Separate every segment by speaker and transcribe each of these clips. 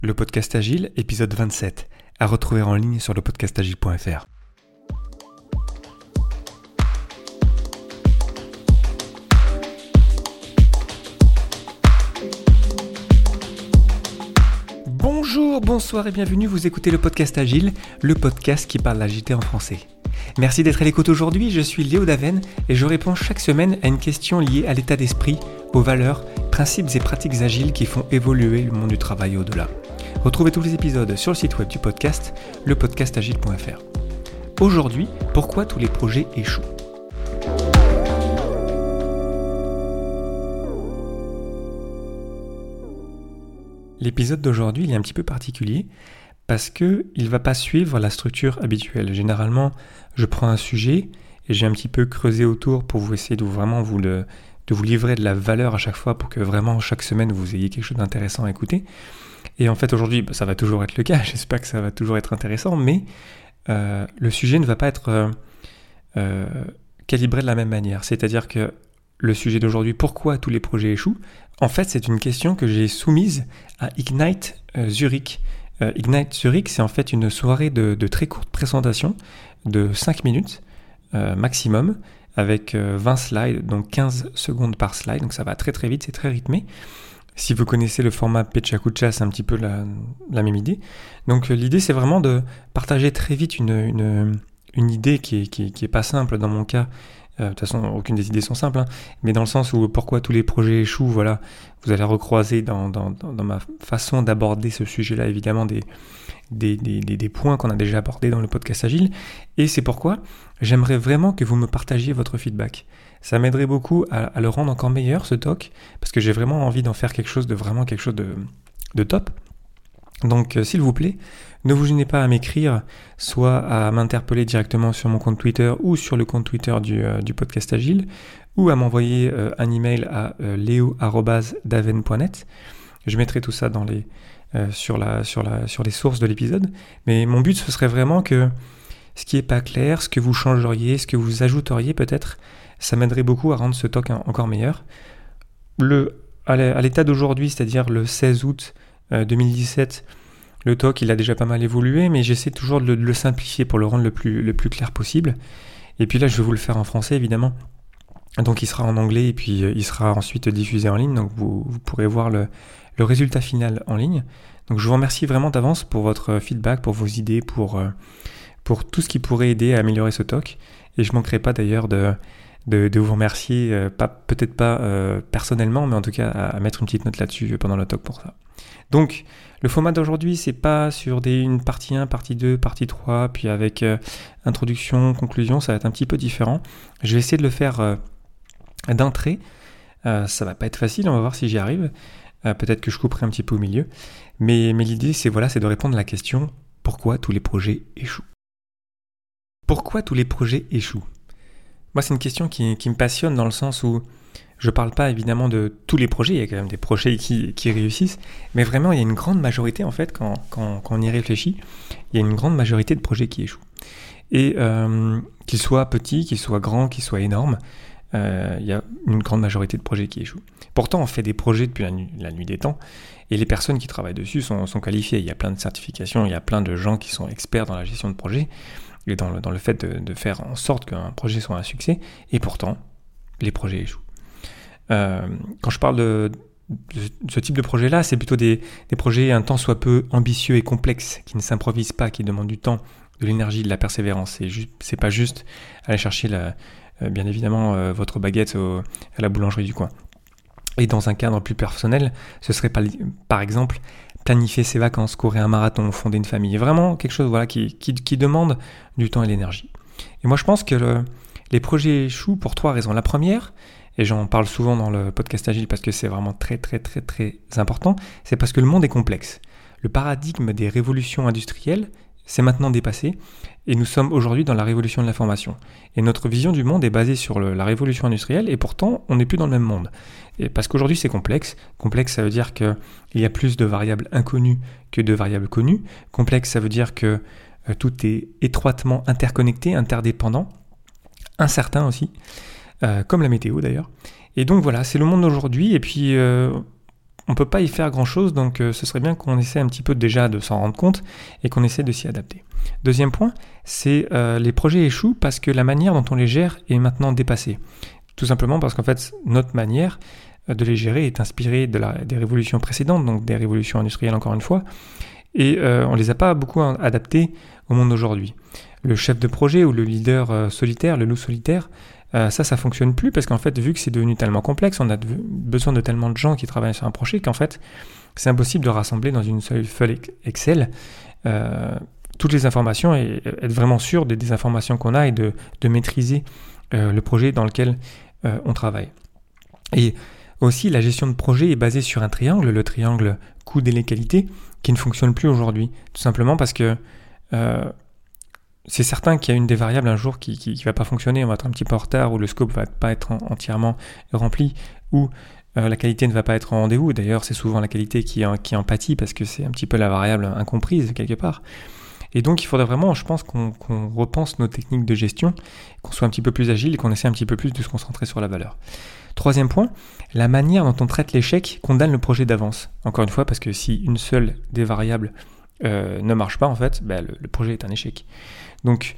Speaker 1: Le podcast Agile, épisode 27, à retrouver en ligne sur lepodcastagile.fr. Bonjour, bonsoir et bienvenue, vous écoutez le podcast Agile, le podcast qui parle d'agilité en français. Merci d'être à l'écoute aujourd'hui, je suis Léo Daven et je réponds chaque semaine à une question liée à l'état d'esprit, aux valeurs, principes et pratiques agiles qui font évoluer le monde du travail et au-delà. Retrouvez tous les épisodes sur le site web du podcast, lepodcastagile.fr. Aujourd'hui, pourquoi tous les projets échouent ? L'épisode d'aujourd'hui il est un petit peu particulier parce qu'il ne va pas suivre la structure habituelle. Généralement, je prends un sujet et j'ai un petit peu creusé autour pour vous essayer de vraiment vous livrer de la valeur à chaque fois pour que vraiment chaque semaine vous ayez quelque chose d'intéressant à écouter. Et en fait aujourd'hui, ça va toujours être le cas, j'espère que ça va toujours être intéressant, mais le sujet ne va pas être calibré de la même manière. C'est-à-dire que le sujet d'aujourd'hui, pourquoi tous les projets échouent ? En fait, c'est une question que j'ai soumise à Ignite Zurich. Ignite Zurich, c'est en fait une soirée de très courte présentation de 5 minutes maximum, avec 20 slides, donc 15 secondes par slide, donc ça va très très vite, c'est très rythmé. Si vous connaissez le format Pechakucha, c'est un petit peu la même idée. Donc l'idée, c'est vraiment de partager très vite une idée qui est pas simple dans mon cas. De toute façon, aucune des idées sont simples, hein, mais dans le sens où pourquoi tous les projets échouent, voilà, vous allez recroiser dans ma façon d'aborder ce sujet-là, évidemment, des points qu'on a déjà abordés dans le podcast Agile, et c'est pourquoi j'aimerais vraiment que vous me partagiez votre feedback. Ça m'aiderait beaucoup à le rendre encore meilleur, ce talk, parce que j'ai vraiment envie d'en faire quelque chose de top. Donc, s'il vous plaît, ne vous gênez pas à m'écrire, soit à m'interpeller directement sur mon compte Twitter ou sur le compte Twitter du podcast Agile, ou à m'envoyer un email à leo@daven.net. Je mettrai tout ça sur les sources de l'épisode. Mais mon but, ce serait vraiment que ce qui n'est pas clair, ce que vous changeriez, ce que vous ajouteriez peut-être, ça m'aiderait beaucoup à rendre ce talk encore meilleur. À l'état d'aujourd'hui, c'est-à-dire le 16 août 2017, le talk il a déjà pas mal évolué, mais j'essaie toujours de le simplifier pour le rendre le plus clair possible. Et puis là, je vais vous le faire en français évidemment. Donc il sera en anglais et puis il sera ensuite diffusé en ligne. Donc vous pourrez voir le résultat final en ligne. Donc je vous remercie vraiment d'avance pour votre feedback, pour vos idées, pour tout ce qui pourrait aider à améliorer ce talk. Et je manquerai pas d'ailleurs de vous remercier, peut-être pas personnellement, mais en tout cas à mettre une petite note là-dessus pendant le talk pour ça. Donc, le format d'aujourd'hui, c'est pas sur une partie 1, partie 2, partie 3, puis avec introduction, conclusion, ça va être un petit peu différent. Je vais essayer de le faire d'un trait. Ça va pas être facile, on va voir si j'y arrive. Peut-être que je couperai un petit peu au milieu. Mais l'idée, c'est de répondre à la question « Pourquoi tous les projets échouent ?» Pourquoi tous les projets échouent ? Moi, c'est une question qui me passionne dans le sens où je ne parle pas évidemment de tous les projets, il y a quand même des projets qui réussissent, mais vraiment, il y a une grande majorité, en fait, quand on y réfléchit, il y a une grande majorité de projets qui échouent. Et qu'ils soient petits, qu'ils soient grands, qu'ils soient énormes, il y a une grande majorité de projets qui échouent. Pourtant, on fait des projets depuis la nuit des temps, et les personnes qui travaillent dessus sont qualifiées. Il y a plein de certifications, il y a plein de gens qui sont experts dans la gestion de projets, et dans le fait de faire en sorte qu'un projet soit un succès, et pourtant, les projets échouent. Quand je parle de ce type de projet-là, c'est plutôt des projets un tant soit peu ambitieux et complexes, qui ne s'improvisent pas, qui demandent du temps, de l'énergie, de la persévérance. C'est pas juste aller chercher bien évidemment votre baguette à la boulangerie du coin. Et dans un cadre plus personnel, ce serait par exemple planifier ses vacances, courir un marathon, fonder une famille. Vraiment quelque chose qui demande du temps et l'énergie. Et moi je pense que les projets échouent pour 3 raisons. La première, et j'en parle souvent dans le podcast Agile parce que c'est vraiment très très très très important, c'est parce que le monde est complexe. Le paradigme des révolutions industrielles s'est maintenant dépassé et nous sommes aujourd'hui dans la révolution de l'information. Et notre vision du monde est basée sur la révolution industrielle et pourtant on n'est plus dans le même monde. Et parce qu'aujourd'hui c'est complexe. Complexe, ça veut dire qu'il y a plus de variables inconnues que de variables connues. Complexe, ça veut dire que tout est étroitement interconnecté, interdépendant, incertain aussi. Comme la météo d'ailleurs. Et donc voilà, c'est le monde d'aujourd'hui. Et puis on peut pas y faire grand-chose, donc ce serait bien qu'on essaie un petit peu déjà de s'en rendre compte et qu'on essaie de s'y adapter. Deuxième point, c'est les projets échouent parce que la manière dont on les gère est maintenant dépassée. Tout simplement parce qu'en fait, notre manière de les gérer est inspirée des révolutions précédentes, donc des révolutions industrielles encore une fois, et on les a pas beaucoup adaptées au monde d'aujourd'hui. Le chef de projet ou le leader solitaire, le loup solitaire, ça fonctionne plus parce qu'en fait, vu que c'est devenu tellement complexe, on a besoin de tellement de gens qui travaillent sur un projet qu'en fait, c'est impossible de rassembler dans une seule feuille Excel toutes les informations et être vraiment sûr des informations qu'on a et de maîtriser le projet dans lequel on travaille. Et aussi, la gestion de projet est basée sur un triangle, le triangle coût, délai, qualité, qui ne fonctionne plus aujourd'hui. Tout simplement parce que c'est certain qu'il y a une des variables un jour qui va pas fonctionner, on va être un petit peu en retard, ou le scope va pas être entièrement rempli, ou la qualité ne va pas être au rendez-vous. D'ailleurs, c'est souvent la qualité qui en pâtit parce que c'est un petit peu la variable incomprise quelque part. Et donc, il faudrait vraiment, je pense, qu'on repense nos techniques de gestion, qu'on soit un petit peu plus agile et qu'on essaie un petit peu plus de se concentrer sur la valeur. Troisième point, la manière dont on traite l'échec condamne le projet d'avance. Encore une fois, parce que si une seule des variables ne marche pas, en fait, le projet est un échec. Donc,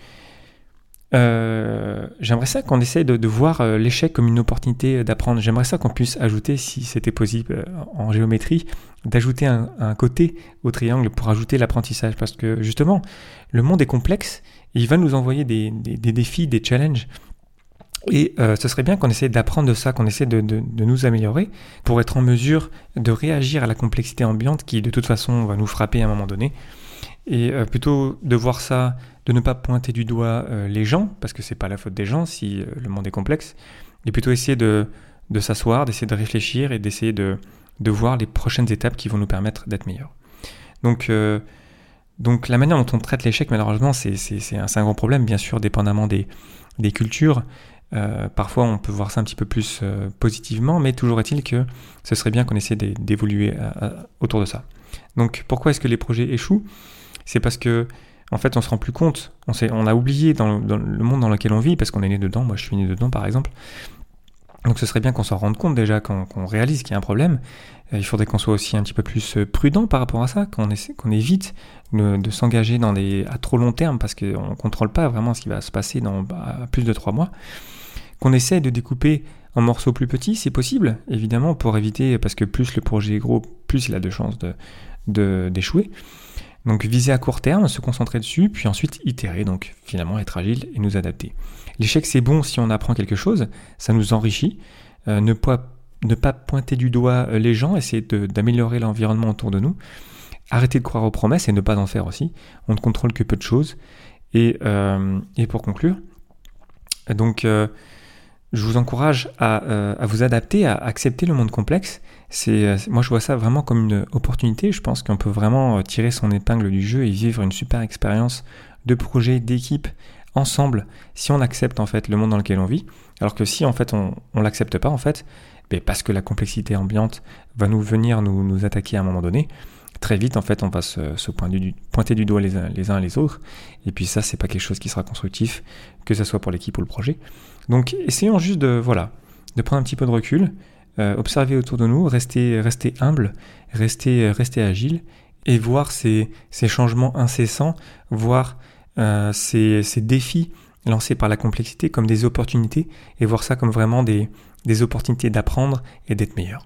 Speaker 1: j'aimerais ça qu'on essaye de voir l'échec comme une opportunité d'apprendre. J'aimerais ça qu'on puisse ajouter, si c'était possible en géométrie, d'ajouter un côté au triangle pour ajouter l'apprentissage. Parce que justement, le monde est complexe et il va nous envoyer des défis, des challenges. Et ce serait bien qu'on essaie d'apprendre de ça, qu'on essaie de nous améliorer pour être en mesure de réagir à la complexité ambiante qui de toute façon va nous frapper à un moment donné. Et plutôt de voir ça, de ne pas pointer du doigt les gens, parce que c'est pas la faute des gens si le monde est complexe, et plutôt essayer de s'asseoir, d'essayer de réfléchir et d'essayer de voir les prochaines étapes qui vont nous permettre d'être meilleurs. Donc la manière dont on traite l'échec, malheureusement, c'est un grand problème, bien sûr, dépendamment des cultures. Parfois, on peut voir ça un petit peu plus positivement, mais toujours est-il que ce serait bien qu'on essaie d'évoluer autour de ça. Donc, pourquoi est-ce que les projets échouent ? C'est parce que, en fait, on se rend plus compte. On a oublié dans le monde dans lequel on vit, parce qu'on est né dedans. Moi, je suis né dedans, par exemple. Donc, ce serait bien qu'on s'en rende compte déjà, qu'on réalise qu'il y a un problème. Il faudrait qu'on soit aussi un petit peu plus prudent par rapport à ça, qu'on évite de s'engager à trop long terme, parce qu'on ne contrôle pas vraiment ce qui va se passer dans plus de 3 mois. Qu'on essaie de découper en morceaux plus petits, si possible, évidemment, pour éviter, parce que plus le projet est gros, plus il a de chances d'échouer. Donc viser à court terme, se concentrer dessus, puis ensuite itérer, donc finalement être agile et nous adapter. L'échec, c'est bon si on apprend quelque chose, ça nous enrichit. Ne pas pointer du doigt les gens, essayer d'améliorer l'environnement autour de nous. Arrêter de croire aux promesses et ne pas en faire aussi. On ne contrôle que peu de choses. Et pour conclure, donc je vous encourage à vous adapter, à accepter le monde complexe. Moi, je vois ça vraiment comme une opportunité. Je pense qu'on peut vraiment tirer son épingle du jeu et vivre une super expérience de projet, d'équipe, ensemble, si on accepte en fait le monde dans lequel on vit. Alors que si en fait on l'accepte pas en fait, parce que la complexité ambiante va venir nous attaquer à un moment donné, très vite en fait on va se pointer du doigt les uns les autres. Et puis ça, c'est pas quelque chose qui sera constructif, que ce soit pour l'équipe ou le projet. Donc essayons juste de prendre un petit peu de recul, observer autour de nous, rester humble, rester agile et voir ces changements incessants, voir ces défis lancés par la complexité comme des opportunités et voir ça comme vraiment des opportunités d'apprendre et d'être meilleur.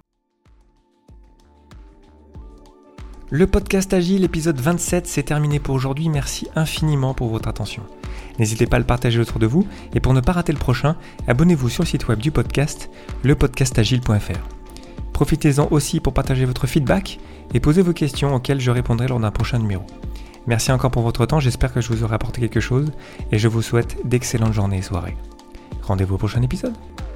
Speaker 1: Le podcast Agile, épisode 27, c'est terminé pour aujourd'hui. Merci infiniment pour votre attention. N'hésitez pas à le partager autour de vous et pour ne pas rater le prochain, abonnez-vous sur le site web du podcast, lepodcastagile.fr. Profitez-en aussi pour partager votre feedback et poser vos questions auxquelles je répondrai lors d'un prochain numéro. Merci encore pour votre temps, j'espère que je vous aurai apporté quelque chose et je vous souhaite d'excellentes journées et soirées. Rendez-vous au prochain épisode.